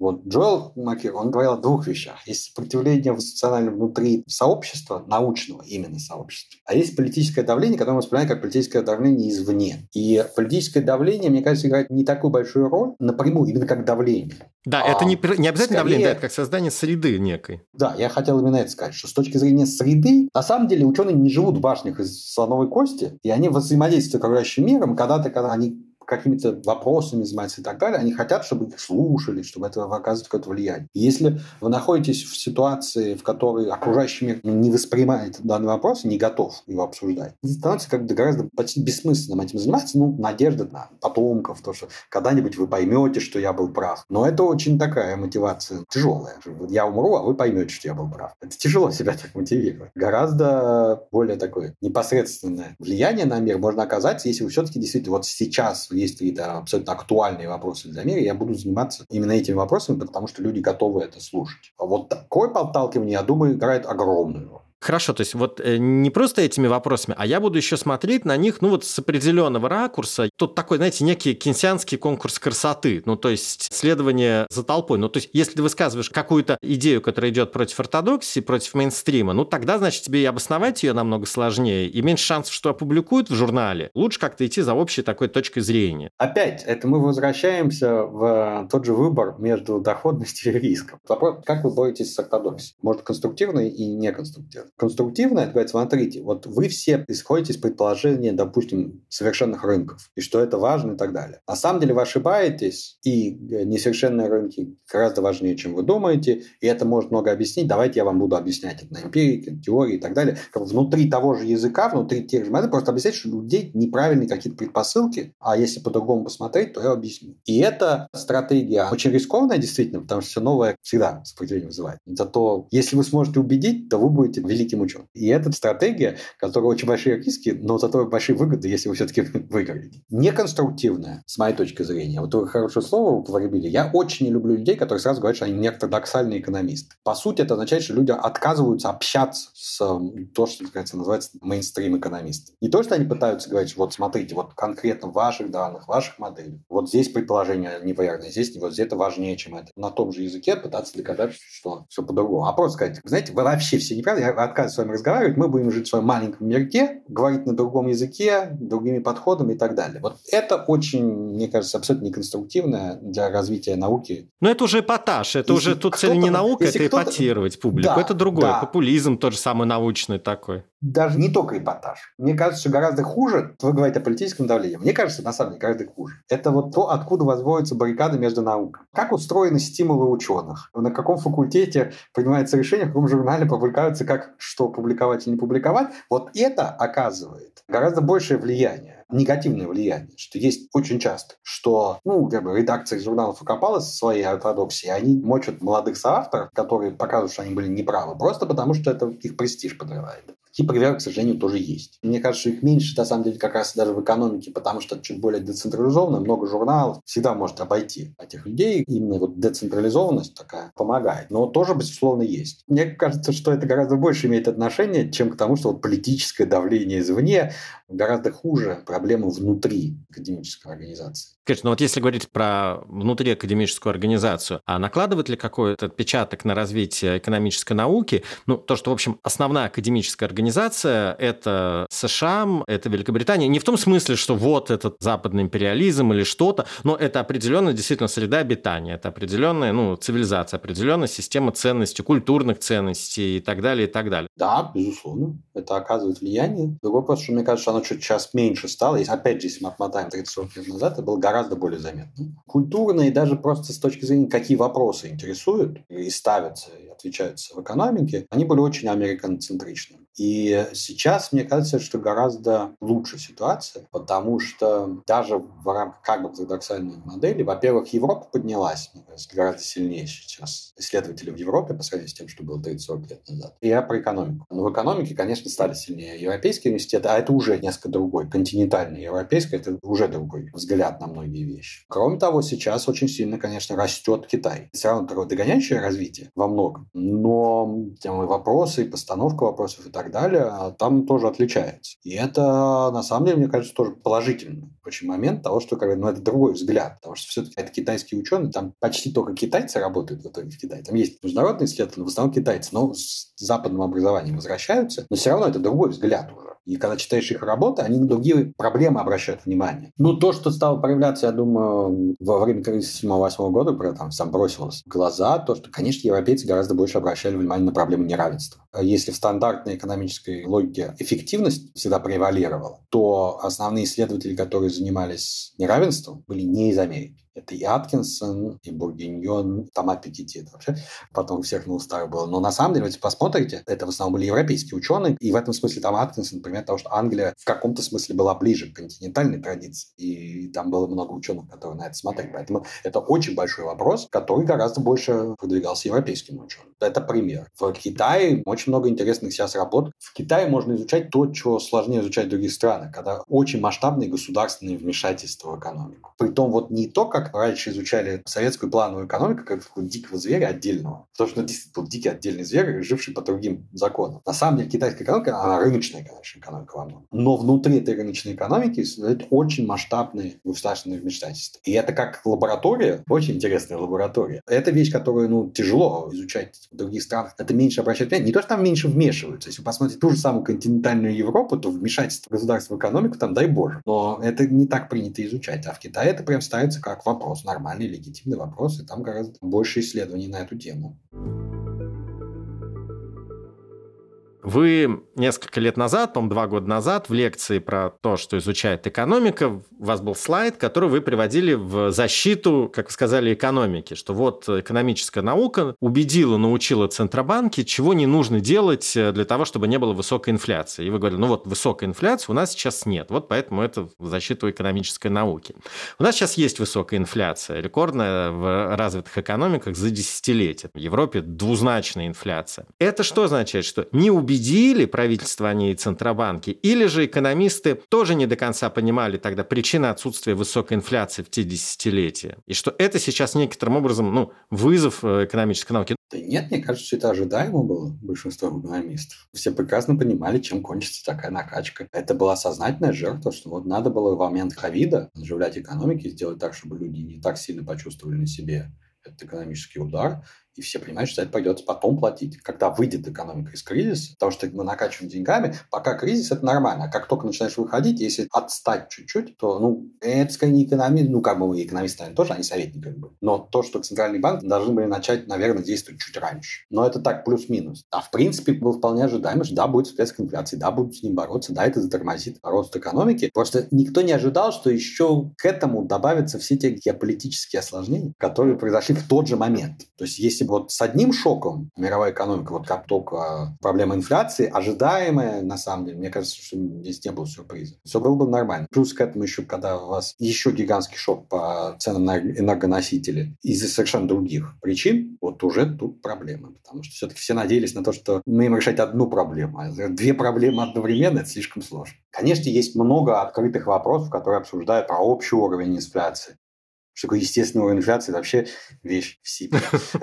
Вот Джоэл Макир, он говорил о двух вещах. Есть сопротивление социальное внутри сообщества, научного именно сообщества, а есть политическое давление, которое мы воспринимаем как политическое давление извне. И политическое давление, мне кажется, играет не такую большую роль напрямую, именно как давление. Да, а это не, не обязательно скорее, давление, да, это как создание среды некой. Да, я хотел именно это сказать, что с точки зрения среды, на самом деле ученые не живут в башнях из слоновой кости, и они взаимодействуют с окружающим миром, когда-то, когда они какими-то вопросами занимаются и так далее, они хотят, чтобы их слушали, чтобы это оказывало какое-то влияние. И если вы находитесь в ситуации, в которой окружающий мир не воспринимает данный вопрос, не готов его обсуждать, это становится как-то гораздо почти бессмысленным этим заниматься. Ну, надежда на потомков, то, что когда-нибудь вы поймете, что я был прав. Но это очень такая мотивация тяжелая. Я умру, а вы поймете, что я был прав. Это тяжело себя так мотивировать. Гораздо более такое непосредственное влияние на мир можно оказать, если вы все-таки действительно вот сейчас есть какие-то абсолютно актуальные вопросы для мира, я буду заниматься именно этими вопросами, потому что люди готовы это слушать. А вот такое подталкивание, я думаю, играет огромную роль. Хорошо, то есть вот не просто этими вопросами, а я буду еще смотреть на них, ну вот с определенного ракурса. Тут такой, знаете, некий кейнсианский конкурс красоты, ну то есть следование за толпой. Ну то есть если ты высказываешь какую-то идею, которая идет против ортодоксии, против мейнстрима, ну тогда, значит, тебе и обосновать ее намного сложнее, и меньше шансов, что опубликуют в журнале. Лучше как-то идти за общей такой точкой зрения. Опять, это мы возвращаемся в тот же выбор между доходностью и риском. Вопрос, как вы боретесь с ортодоксией? Может, конструктивный и неконструктивный. Конструктивно, это говорит, смотрите, вот вы все исходите из предположения, допустим, совершенных рынков, и что это важно и так далее. На самом деле вы ошибаетесь, и несовершенные рынки гораздо важнее, чем вы думаете, и это может много объяснить. Давайте я вам буду объяснять это на эмпирике, теории и так далее. Внутри того же языка, внутри тех же моделей, просто объяснять, что у людей неправильные какие-то предпосылки, а если по-другому посмотреть, то я объясню. И эта стратегия очень рискованная, действительно, потому что все новое всегда сопротивление вызывает. Зато если вы сможете убедить, то вы будете великим ученым. И эта стратегия, которая очень большие риски, но зато большие выгоды, если вы все-таки выиграете. Неконструктивная, с моей точки зрения. Вот вы хорошее слово употребили. Я очень не люблю людей, которые сразу говорят, что они неортодоксальные экономисты. По сути, это означает, что люди отказываются общаться с то, что называется мейнстрим-экономисты. Не то, что они пытаются говорить, вот смотрите, вот конкретно в ваших данных, в ваших моделях, вот здесь предположение неверное, здесь вот здесь это важнее, чем это. На том же языке пытаться доказать, что все по-другому. А просто сказать, знаете, вы вообще все неправильно, я отказываюсь с вами разговаривать, мы будем жить в своем маленьком мирке, говорить на другом языке, другими подходами и так далее. Вот это очень, мне кажется, абсолютно неконструктивно для развития науки. Но это уже эпатаж, это если уже тут цель не наука, это эпатировать публику, да, это другое, да. Популизм тот же самый научный такой. Даже не только эпатаж. Мне кажется, что гораздо хуже, вы говорите о политическом давлении, мне кажется, на самом деле, гораздо хуже. Это вот то, откуда возводятся баррикады между науками. Как устроены стимулы ученых? На каком факультете принимается решение, в каком журнале публикуется, как что публиковать или не публиковать? Вот это оказывает гораздо большее влияние, негативное влияние, что есть очень часто, что ну, как бы, редакции журналов окопалась со своей ортодоксией, они мочат молодых соавторов, которые показывают, что они были неправы, просто потому что это их престиж подрывает. Такие примеры, к сожалению, тоже есть. Мне кажется, что их меньше, на самом деле, как раз даже в экономике, потому что это чуть более децентрализованно, много журналов всегда может обойти этих людей. Именно вот децентрализованность такая помогает. Но тоже, безусловно, есть. Мне кажется, что это гораздо больше имеет отношение, чем к тому, что вот политическое давление извне гораздо хуже проблемы внутри академической организации. Конечно, но вот если говорить про внутриакадемическую организацию, а накладывает ли какой-то отпечаток на развитие экономической науки? Ну, то, что, в общем, основная академическая организация – это США, это Великобритания. Не в том смысле, что вот этот западный империализм или что-то, но это определенная действительно среда обитания, это определенная ну, цивилизация, определенная система ценностей, культурных ценностей и так далее, и так далее. Да, безусловно, это оказывает влияние. Другой вопрос, что мне кажется, что оно чуть сейчас меньше стало. Если, опять же, если мы отмотаем тридцать лет назад, это было гораздо более заметно. Культурно и даже просто с точки зрения, какие вопросы интересуют и ставятся, и отвечаются в экономике, они были очень американоцентричны. И сейчас, мне кажется, что гораздо лучше ситуация, потому что даже в рамках как бы ортодоксальной модели, во-первых, Европа поднялась, мне кажется, гораздо сильнее сейчас исследователи в Европе по сравнению с тем, что было тридцать лет назад. И я про экономику. Но в экономике, конечно, стали сильнее европейские университеты, а это уже несколько другой. Континентальный европейский – это уже другой взгляд на многие вещи. Кроме того, сейчас очень сильно, конечно, растет Китай. Все равно такое догоняющее развитие во многом, но там и вопросы, и постановка вопросов и так так далее, там тоже отличается. И это, на самом деле, мне кажется, тоже положительный очень момент того, что ну, это другой взгляд. Потому что все-таки это китайские ученые, там почти только китайцы работают в итоге в Китае. Там есть международные исследователи, в основном китайцы, но с западным образованием возвращаются. Но все равно это другой взгляд уже. И когда читаешь их работы, они на другие проблемы обращают внимание. Ну, то, что стало проявляться, я думаю, во время кризиса седьмого-восьмого года, про там сам бросилось в глаза, то, что, конечно, европейцы гораздо больше обращали внимание на проблемы неравенства. Если в стандартной экономической логике эффективность всегда превалировала, то основные исследователи, которые занимались неравенством, были не из Америки. Это и Аткинсон, и Бургиньон, Тома Piketty. Это вообще потом у всех на устах было. Но на самом деле, если посмотрите, это в основном были европейские ученые. И в этом смысле Том Аткинсон, пример того, что Англия в каком-то смысле была ближе к континентальной традиции. И там было много ученых, которые на это смотрели. Поэтому это очень большой вопрос, который гораздо больше продвигался европейским ученым. Это пример. В Китае очень много интересных сейчас работ. В Китае можно изучать то, что сложнее изучать в других странах, когда очень масштабные государственные вмешательства в экономику. Притом вот не то, как раньше изучали советскую плановую экономику, как дикого зверя отдельного. Потому что это действительно был дикий отдельный зверь, живший по другим законам. На самом деле китайская экономика, она рыночная, конечно, экономика во многом. Но внутри этой рыночной экономики это очень масштабные государственные вмешательства. И это как лаборатория, очень интересная лаборатория. Это вещь, которую ну, тяжело изучать в других странах. Это меньше обращает внимание. Не то, что там меньше вмешиваются. Если вы посмотрите ту же самую континентальную Европу, то вмешательство государства в экономику там, дай боже. Но это не так принято изучать. А в Китае это прям ставится как вопрос, нормальный, легитимный вопрос, и там гораздо больше исследований на эту тему. Вы несколько лет назад, по-моему, два года назад, в лекции про то, что изучает экономика, у вас был слайд, который вы приводили в защиту, как вы сказали, экономики, что вот экономическая наука убедила, научила Центробанки, чего не нужно делать для того, чтобы не было высокой инфляции. И вы говорили, ну вот высокой инфляции у нас сейчас нет, вот поэтому это в защиту экономической науки. У нас сейчас есть высокая инфляция, рекордная в развитых экономиках за десятилетия. В Европе двузначная инфляция. Это что означает? Что не убедили Убедили правительство, они и Центробанки, или же экономисты тоже не до конца понимали тогда причины отсутствия высокой инфляции в те десятилетия, и что это сейчас некоторым образом ну, вызов экономической науки? Да нет, мне кажется, что это ожидаемо было большинством экономистов. Все прекрасно понимали, чем кончится такая накачка. Это была сознательная жертва, что вот надо было в момент ковида оживлять экономики, сделать так, чтобы люди не так сильно почувствовали на себе этот экономический удар. И все понимают, что это придется потом платить, когда выйдет экономика из кризиса, потому что мы накачиваем деньгами. Пока кризис, это нормально. А как только начинаешь выходить, если отстать чуть-чуть, то, ну, это, скорее, не экономист. Ну, как бы экономисты, наверное, тоже, они советники как бы. Но то, что Центральный банк должны были начать, наверное, действовать чуть раньше. Но это так плюс-минус. А в принципе, было вполне ожидаемо, что да, будет всплеск инфляции, да, будут с ним бороться, да, это затормозит рост экономики. Просто никто не ожидал, что еще к этому добавятся все те геополитические осложнения, которые произошли в тот же момент. То есть, если вот с одним шоком мировая экономика, вот как только проблема инфляции, ожидаемая, на самом деле, мне кажется, что здесь не было сюрприза. Все было бы нормально. Плюс к этому еще, когда у вас еще гигантский шок по ценам на энергоносители из-за совершенно других причин, вот уже тут проблемы. Потому что все-таки все надеялись на то, что мы им решать одну проблему. А две проблемы одновременно – это слишком сложно. Конечно, есть много открытых вопросов, которые обсуждают про общий уровень инфляции. Что такое естественный уровень инфляции, это вообще вещь в себе.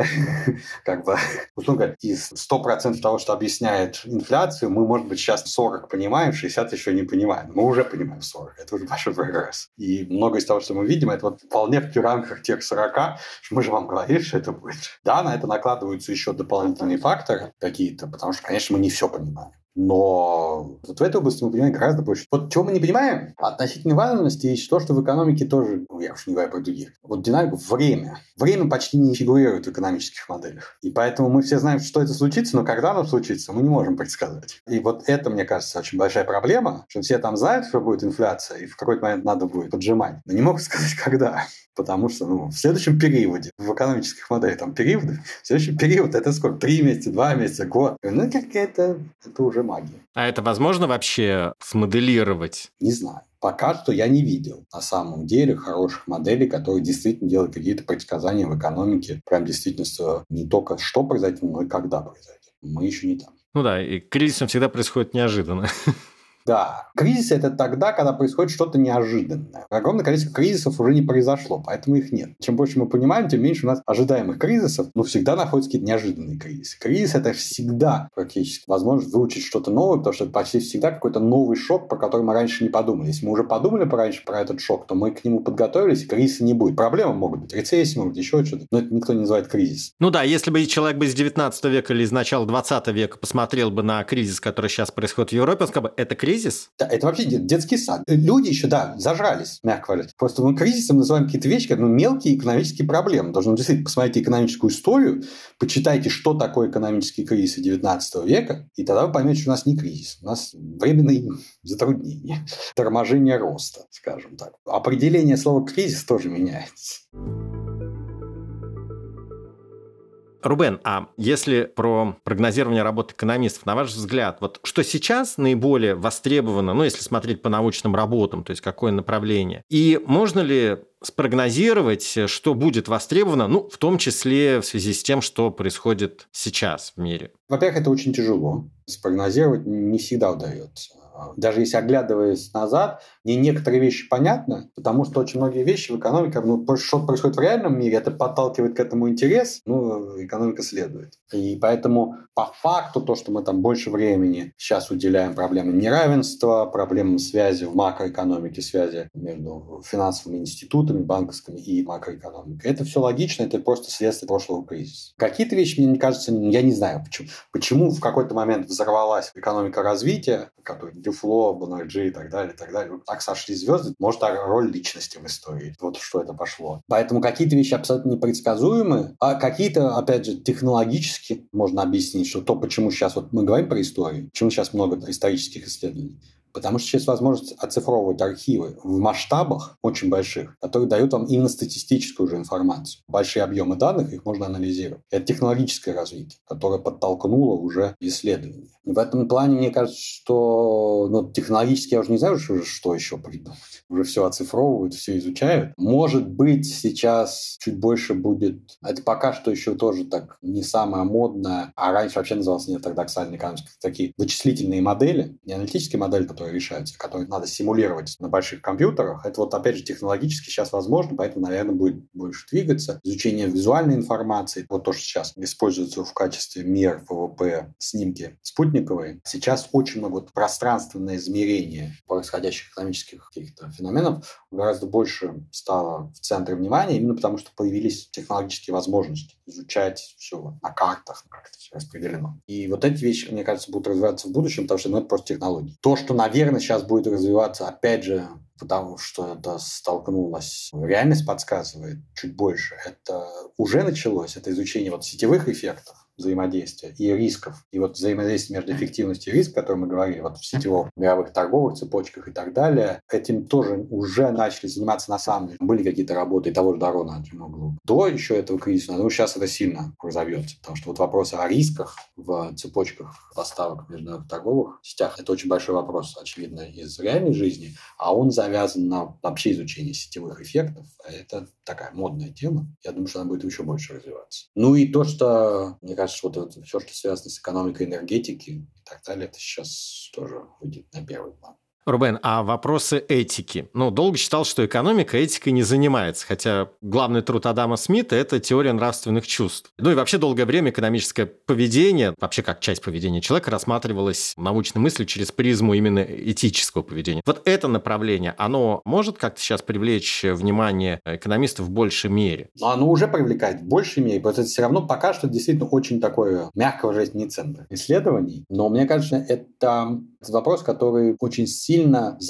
Как бы, условно говоря, из ста процентов того, что объясняет инфляцию, мы, может быть, сейчас сорок понимаем, шестьдесят еще не понимаем. Мы уже понимаем сорок. Это уже большой прогресс. И многое из того, что мы видим, это вот вполне в рамках тех сорока, что мы же вам говорили, что это будет. Да, на это накладываются еще дополнительные факторы какие-то, потому что, конечно, мы не все понимаем. Но вот в этой области мы понимаем гораздо больше. Вот чего мы не понимаем, относительно важности есть то, что в экономике тоже, ну, я уж не говорю про других, вот динамику, время. Время почти не фигурирует в экономических моделях. И поэтому мы все знаем, что это случится, но когда оно случится, мы не можем предсказать. И вот это, мне кажется, очень большая проблема, что все там знают, что будет инфляция, и в какой-то момент надо будет поджимать, но не могут сказать, когда. Потому что ну, в следующем периоде, в экономических моделях там периоды, в следующем период это сколько? Три месяца, два месяца, год. Ну, какая-то, это уже магия. А это возможно вообще смоделировать? Не знаю. Пока что я не видел на самом деле хороших моделей, которые действительно делают какие-то предсказания в экономике. Прям действительно не только что произойдет, но и когда произойдет. Мы еще не там. Ну да, и кризис всегда происходит неожиданно. Да. Кризис – это тогда, когда происходит что-то неожиданное. Огромное количество кризисов уже не произошло, поэтому их нет. Чем больше мы понимаем, тем меньше у нас ожидаемых кризисов, но всегда находятся какие-то неожиданные кризисы. Кризис – это всегда практически возможность выучить что-то новое, потому что это почти всегда какой-то новый шок, про который мы раньше не подумали. Если мы уже подумали раньше про этот шок, то мы к нему подготовились, и кризиса не будет. Проблемы могут быть, рецессии могут быть, еще что-то, но это никто не называет кризис. Ну да, если бы человек бы из девятнадцатого века или из начала двадцатого века посмотрел бы на кризис, который сейчас происходит в Европе, он сказал бы, это кризис? Да, это вообще детский сад. Люди еще, да, зажрались, мягко говоря. Просто мы кризисом называем какие-то вещи, как ну, мелкие экономические проблемы. Должны действительно посмотреть экономическую историю, почитайте, что такое экономические кризисы девятнадцатого века, и тогда вы поймете, что у нас не кризис, у нас временные затруднения, торможение роста, скажем так. Определение слова «кризис» тоже меняется. Рубен, а если про прогнозирование работы экономистов, на ваш взгляд, вот что сейчас наиболее востребовано, ну, если смотреть по научным работам, то есть какое направление, и можно ли спрогнозировать, что будет востребовано, ну, в том числе в связи с тем, что происходит сейчас в мире? Во-первых, это очень тяжело. Спрогнозировать не всегда удается. Даже если оглядываясь назад, мне некоторые вещи понятны, потому что очень многие вещи в экономике, ну, что происходит в реальном мире, это подталкивает к этому интерес, ну, экономика следует. И поэтому по факту то, что мы там больше времени сейчас уделяем проблемам неравенства, проблемам связи в макроэкономике, связи между финансовыми институтами, банковскими и макроэкономикой, это все логично, это просто следствие прошлого кризиса. Какие-то вещи, мне кажется, я не знаю, почему, почему в какой-то момент взорвалась экономика развития, которая Дюфло, Бонарджи и так далее, и так далее. Так сошли звезды. Может, роль личности в истории. Вот что это пошло. Поэтому какие-то вещи абсолютно непредсказуемы, а какие-то, опять же, технологически можно объяснить, что то, почему сейчас вот мы говорим про историю, почему сейчас много исторических исследований. Потому что сейчас возможность оцифровывать архивы в масштабах очень больших, которые дают вам именно статистическую уже информацию. Большие объемы данных, их можно анализировать. Это технологическое развитие, которое подтолкнуло уже исследования. И в этом плане, мне кажется, что ну, технологически я уже не знаю, что, что еще придумать. Уже все оцифровывают, все изучают. Может быть, сейчас чуть больше будет... Это пока что еще тоже так не самое модное, а раньше вообще называлось неортодоксальной экономикой. Такие вычислительные модели, не аналитические модели, которые решаются, которые надо симулировать на больших компьютерах. Это вот, опять же, технологически сейчас возможно, поэтому, наверное, будет больше двигаться. Изучение визуальной информации, вот то, что сейчас используется в качестве мер ВВП, снимки спутниковые. Сейчас очень много вот пространственное измерение происходящих экономических каких-то феноменов гораздо больше стало в центре внимания, именно потому что появились технологические возможности изучать все на картах, как это все распределено. И вот эти вещи, мне кажется, будут развиваться в будущем, потому что ну, это просто технологии. То, что, наверное, сейчас будет развиваться, опять же, потому что это столкнулось, реальность подсказывает чуть больше. Это уже началось, это изучение вот сетевых эффектов взаимодействия и рисков. И вот взаимодействие между эффективностью и риском, о котором мы говорили, вот в сетевых мировых торговых цепочках и так далее, этим тоже уже начали заниматься на самом деле. Были какие-то работы и того же Дарона до еще этого кризиса, но сейчас это сильно разовьется, потому что вот вопросы о рисках в цепочках поставок между торговых сетях, это очень большой вопрос, очевидно, из реальной жизни, а он завязан на вообще изучение сетевых эффектов. Это такая модная тема. Я думаю, что она будет еще больше развиваться. Ну и то, что, мне кажется, вот это все, что связано с экономикой энергетики и так далее, это сейчас тоже выйдет на первый план. Рубен, а вопросы этики? Ну, долго считал, что экономика этикой не занимается, хотя главный труд Адама Смита – это теория нравственных чувств. Ну и вообще долгое время экономическое поведение, вообще как часть поведения человека, рассматривалось научной мыслью через призму именно этического поведения. Вот это направление, оно может как-то сейчас привлечь внимание экономистов в большей мере? Но оно уже привлекает в большей мере, потому что это все равно пока что действительно очень такое, мягко выражаясь, не центр исследований. Но мне кажется, это вопрос, который очень сильно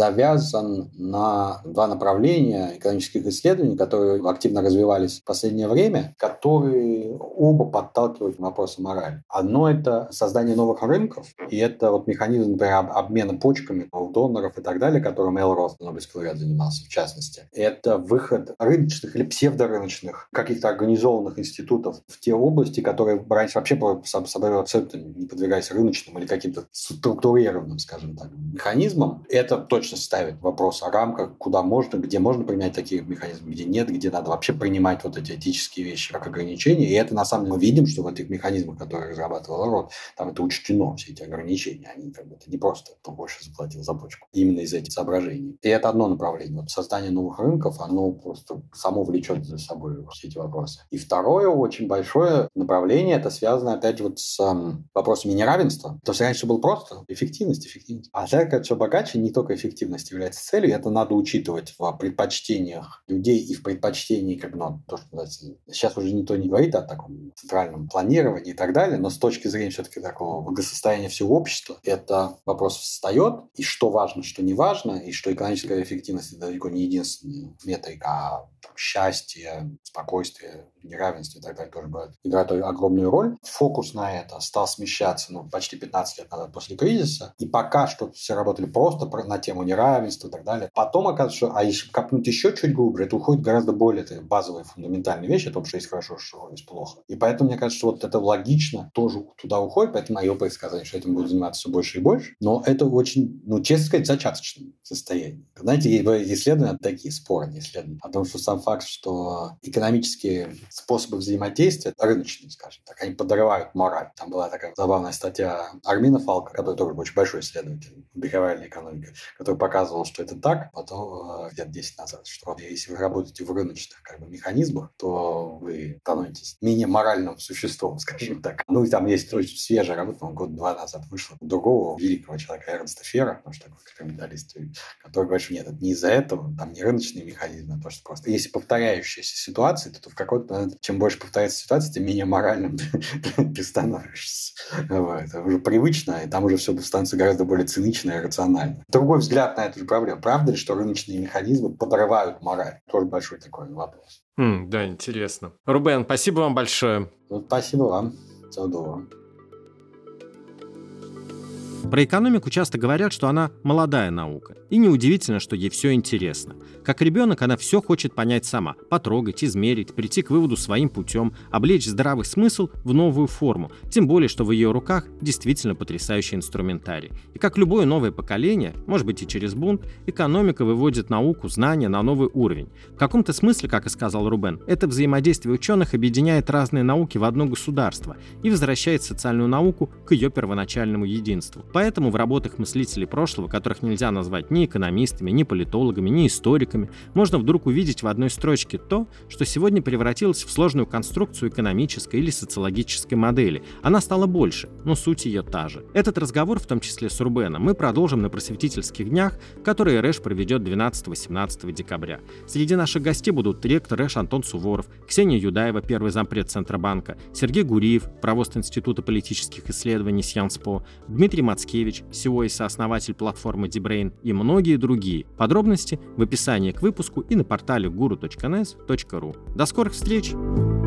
завязан на два направления экономических исследований, которые активно развивались в последнее время, которые оба подталкивают к вопросу морали. Одно – это создание новых рынков, и это вот механизм, например, обмена почками у доноров и так далее, которым Эл Рос, Нобелевский лауреат, занимался в частности. Это выход рыночных или псевдорыночных каких-то организованных институтов в те области, которые раньше вообще по собой абсолютно не подвергались рыночным или каким-то структурированным этическим, скажем так, механизмам. Это точно ставит вопрос о рамках, куда можно, где можно применять такие механизмы, где нет, где надо вообще принимать вот эти этические вещи как ограничения. И это, на самом деле, мы видим, что в этих механизмах, которые разрабатывал РОД, там это учтено, все эти ограничения. Они как бы это не просто кто больше заплатил за бочку. Именно из этих соображений. И это одно направление. Вот создание новых рынков, оно просто само влечет за собой все эти вопросы. И второе, очень большое направление, это связано, опять же, вот с um, вопросами неравенства. То есть раньше было просто эффективность, эффективность. А сейчас, как все богаче, не только эффективность является целью, это надо учитывать в предпочтениях людей и в предпочтении, как ну, то, что сейчас уже никто не говорит о таком центральном планировании и так далее, но с точки зрения все-таки такого благосостояния всего общества, это вопрос встает, и что важно, что не важно, и что экономическая эффективность это далеко не единственная метрика, а там, счастье, спокойствие, неравенство и так далее тоже играет огромную роль. Фокус на это стал смещаться ну, почти пятнадцать лет назад после кризиса, и пока что все работали просто на тему неравенства и так далее. Потом оказывается, что, а если копнуть еще чуть глубже, это уходит гораздо более это базовые фундаментальные вещи о том, что есть хорошо, что есть плохо. И поэтому, мне кажется, что вот это логично тоже туда уходит, поэтому мое предсказание, что этим будут заниматься все больше и больше. Но это очень, ну, честно сказать, зачаточное состояние. Знаете, есть исследования, такие спорные исследования, о том, что сам факт, что экономические способы взаимодействия, рыночные, скажем так, они подрывают мораль. Там была такая забавная статья Армина Фалка, который тоже очень большой исследователь бихевиоральной экономики, который показывал, что это так, потом где-то десять назад, что если вы работаете в рыночных как бы, механизмах, то вы становитесь менее моральным существом, скажем так. Ну и там есть очень свежая работа, год-два назад вышла другого великого человека Эрнста Фера, потому что такой эксперименталист, который говорит, что нет, это не из-за этого, там не рыночные механизмы, а то, что просто если повторяющаяся ситуация, то, то в какой-то момент, чем больше повторяется ситуация, тем менее моральным ты становишься. Это уже привычно, и там уже все становится гораздо более цинично и рационально. Другой взгляд на эту же проблему. Правда ли, что рыночные механизмы подрывают мораль? Тоже большой такой вопрос. Mm, да, интересно. Рубен, спасибо вам большое. Ну, спасибо вам. Всего доброго. Про экономику часто говорят, что она молодая наука. И неудивительно, что ей все интересно. Как ребенок она все хочет понять сама, потрогать, измерить, прийти к выводу своим путем, облечь здравый смысл в новую форму. Тем более, что в ее руках действительно потрясающий инструментарий. И как любое новое поколение, может быть и через бунт, экономика выводит науку, знания на новый уровень. В каком-то смысле, как и сказал Рубен, это взаимодействие ученых объединяет разные науки в одно государство и возвращает социальную науку к ее первоначальному единству. Поэтому в работах мыслителей прошлого, которых нельзя назвать ни экономистами, ни политологами, ни историками, можно вдруг увидеть в одной строчке то, что сегодня превратилось в сложную конструкцию экономической или социологической модели. Она стала больше, но суть ее та же. Этот разговор, в том числе с Рубеном, мы продолжим на просветительских днях, которые РЭШ проведет двенадцатого-семнадцатого декабря. Среди наших гостей будут ректор РЭШ Антон Суворов, Ксения Юдаева, первый зампред Центробанка, Сергей Гуриев, правост Института политических исследований Сьянспо, Дмитрий Мацкевич, сео и сооснователь платформы Дибрейн и многие другие. Подробности в описании к выпуску и на портале гуру точка нес точка ру. До скорых встреч!